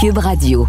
Cube Radio.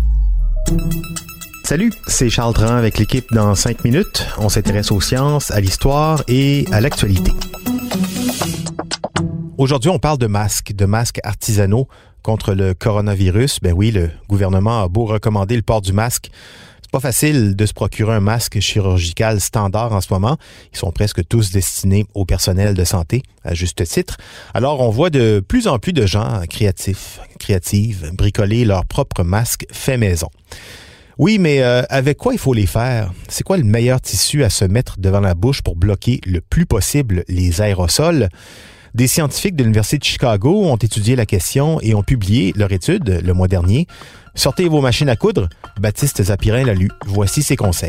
Salut, c'est Charles Dran avec l'équipe dans 5 minutes. On s'intéresse aux sciences, à l'histoire et à l'actualité. Aujourd'hui, on parle de masques artisanaux contre le coronavirus. Ben oui, le gouvernement a beau recommander le port du masque. C'est pas facile de se procurer un masque chirurgical standard en ce moment. Ils sont presque tous destinés au personnel de santé, à juste titre. Alors, on voit de plus en plus de gens créatives, bricoler leurs propres masques faits maison. Oui, mais avec quoi il faut les faire? C'est quoi le meilleur tissu à se mettre devant la bouche pour bloquer le plus possible les aérosols? Des scientifiques de l'Université de Chicago ont étudié la question et ont publié leur étude le mois dernier. Sortez vos machines à coudre. Baptiste Zapirin l'a lu. Voici ses conseils.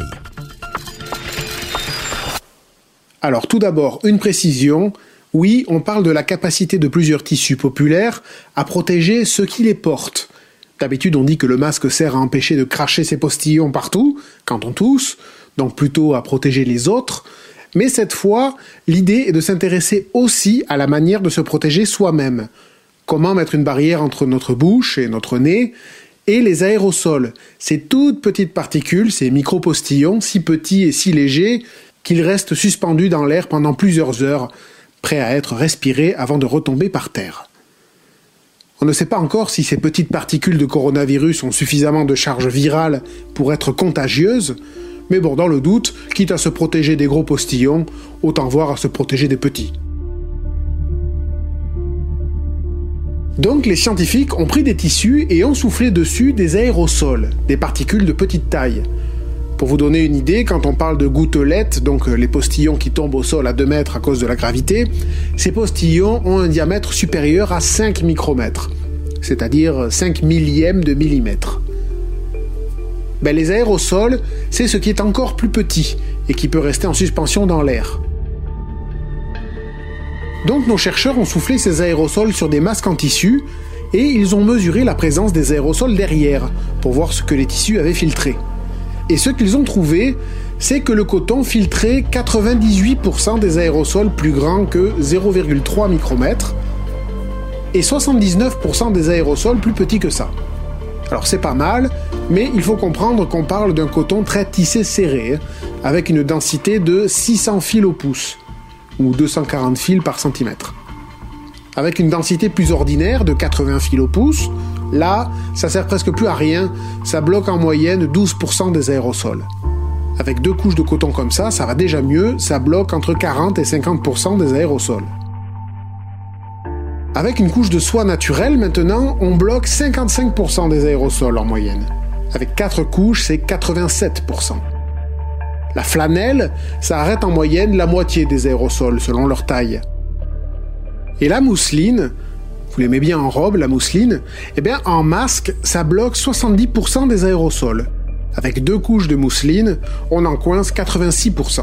Alors tout d'abord, une précision. Oui, on parle de la capacité de plusieurs tissus populaires à protéger ceux qui les portent. D'habitude, on dit que le masque sert à empêcher de cracher ses postillons partout, quand on tousse, donc plutôt à protéger les autres. Mais cette fois, l'idée est de s'intéresser aussi à la manière de se protéger soi-même. Comment mettre une barrière entre notre bouche et notre nez et les aérosols, ces toutes petites particules, ces micro-postillons, si petits et si légers qu'ils restent suspendus dans l'air pendant plusieurs heures, prêts à être respirés avant de retomber par terre. On ne sait pas encore si ces petites particules de coronavirus ont suffisamment de charge virale pour être contagieuses, mais bon, dans le doute, quitte à se protéger des gros postillons, autant voir à se protéger des petits. Donc les scientifiques ont pris des tissus et ont soufflé dessus des aérosols, des particules de petite taille. Pour vous donner une idée, quand on parle de gouttelettes, donc les postillons qui tombent au sol à 2 mètres à cause de la gravité, ces postillons ont un diamètre supérieur à 5 micromètres, c'est-à-dire 5 millièmes de millimètre. Les aérosols, c'est ce qui est encore plus petit et qui peut rester en suspension dans l'air. Donc nos chercheurs ont soufflé ces aérosols sur des masques en tissu et ils ont mesuré la présence des aérosols derrière pour voir ce que les tissus avaient filtré. Et ce qu'ils ont trouvé, c'est que le coton filtrait 98% des aérosols plus grands que 0,3 micromètres et 79% des aérosols plus petits que ça. Alors c'est pas mal, mais il faut comprendre qu'on parle d'un coton très tissé serré, avec une densité de 600 fils au pouce, ou 240 fils par centimètre. Avec une densité plus ordinaire de 80 fils au pouce, là, ça sert presque plus à rien, ça bloque en moyenne 12% des aérosols. Avec 2 couches de coton comme ça va déjà mieux, ça bloque entre 40 et 50% des aérosols. Avec une couche de soie naturelle, maintenant, on bloque 55% des aérosols en moyenne. Avec 4 couches, c'est 87%. La flanelle, ça arrête en moyenne la moitié des aérosols, selon leur taille. Et la mousseline, vous l'aimez bien en robe, la mousseline, en masque, ça bloque 70% des aérosols. Avec 2 couches de mousseline, on en coince 86%.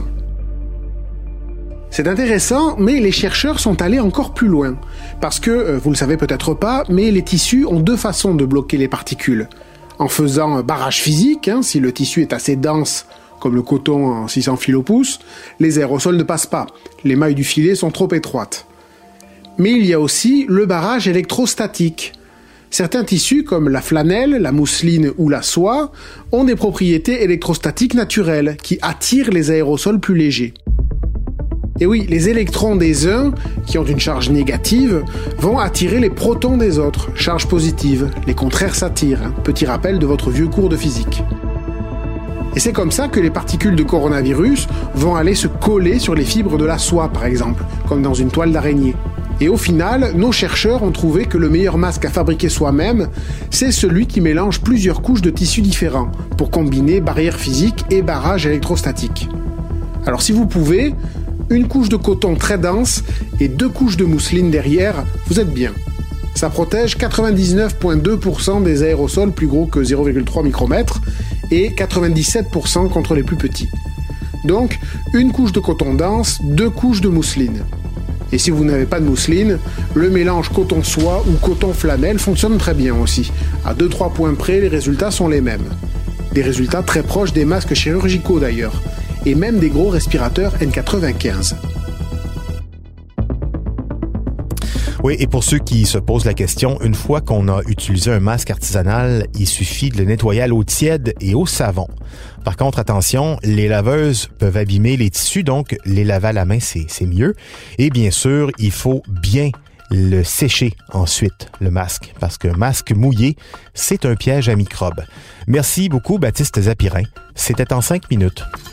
C'est intéressant, mais les chercheurs sont allés encore plus loin. Parce que, vous le savez peut-être pas, mais les tissus ont 2 façons de bloquer les particules. En faisant un barrage physique, si le tissu est assez dense, comme le coton en 600 fils au pouce, les aérosols ne passent pas. Les mailles du filet sont trop étroites. Mais il y a aussi le barrage électrostatique. Certains tissus, comme la flanelle, la mousseline ou la soie, ont des propriétés électrostatiques naturelles qui attirent les aérosols plus légers. Et oui, les électrons des uns, qui ont une charge négative, vont attirer les protons des autres, charge positive. Les contraires s'attirent. Petit rappel de votre vieux cours de physique. Et c'est comme ça que les particules de coronavirus vont aller se coller sur les fibres de la soie, par exemple, comme dans une toile d'araignée. Et au final, nos chercheurs ont trouvé que le meilleur masque à fabriquer soi-même, c'est celui qui mélange plusieurs couches de tissus différents, pour combiner barrière physique et barrage électrostatique. Alors si vous pouvez, une couche de coton très dense et 2 couches de mousseline derrière, vous êtes bien. Ça protège 99,2% des aérosols plus gros que 0,3 micromètres et 97% contre les plus petits. Donc, une couche de coton dense, 2 couches de mousseline. Et si vous n'avez pas de mousseline, le mélange coton-soie ou coton-flanelle fonctionne très bien aussi. À 2-3 points près, les résultats sont les mêmes. Des résultats très proches des masques chirurgicaux d'ailleurs, et même des gros respirateurs N95. Oui, et pour ceux qui se posent la question, une fois qu'on a utilisé un masque artisanal, il suffit de le nettoyer à l'eau tiède et au savon. Par contre, attention, les laveuses peuvent abîmer les tissus, donc les laver à la main, c'est mieux. Et bien sûr, il faut bien le sécher ensuite, le masque, parce qu'un masque mouillé, c'est un piège à microbes. Merci beaucoup, Baptiste Zapirin. C'était en 5 minutes.